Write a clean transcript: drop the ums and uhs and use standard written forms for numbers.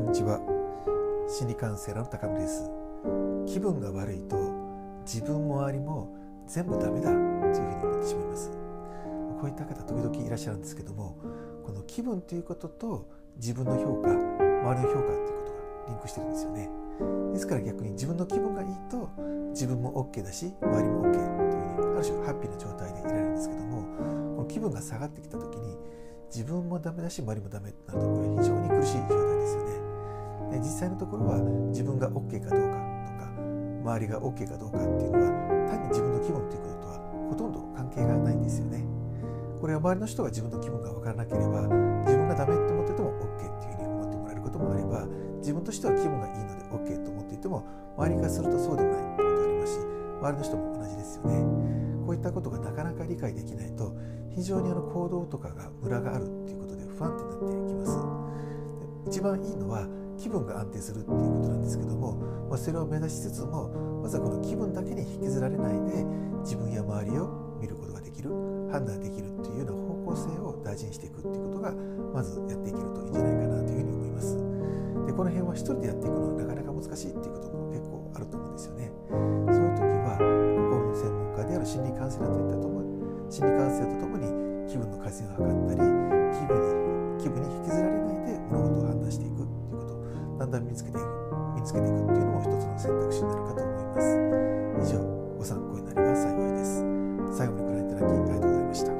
んにちは。心理カウンセラーの高見です。気分が悪いと自分も周りも全部ダメだというふうに思ってしまいます。こういった方時々いらっしゃるんですけども、この気分ということと自分の評価、周りの評価ということがリンクしてるんですよね。ですから逆に自分の気分がいいと自分も OK だし周りも OK というふうにある種ハッピーな状態でいられるんですけども、この気分が下がってきた時に自分もダメだし周りもダメとなると、これは非常に苦しい状態ですよね。で実際のところは自分が OK かどうかとか周りが OK かどうかっていうのは単に自分の気分ということとはほとんど関係がないんですよね。これは周りの人が自分の気分が分からなければ自分がダメと思ってても OK っていうふうに思ってもらえることもあれば、自分としては気分がいいので OK と思っていても周りからするとそうでもないということがありますし、周りの人も同じですよね。こういったことがなかなか理解できないと非常に行動とかがムラがあるということで不安定になってきます。一番いいのは気分が安定するっていうことなんですけども、それを目指しつつもまずはこの気分だけに引きずられないで自分や周りを見ることができる、判断できるっていうような方向性を大事にしていくっていうことがまずやっていけるといいんじゃないかなというふうに思います。でこの辺は一人でやっていくのはなかなか難しいっていうことも結構あると思うんですよね。そういう時は心の専門家である心理カウンセラーといったとも心理カウンセラーとともに気分の改善を図ったり、気分に引きずられないで物事を判断していくっていうことをだんだん身につけていくっていうのも一つの選択肢になるかと思います。以上、ご参考になれば幸いです。最後までご覧いただきありがとうございました。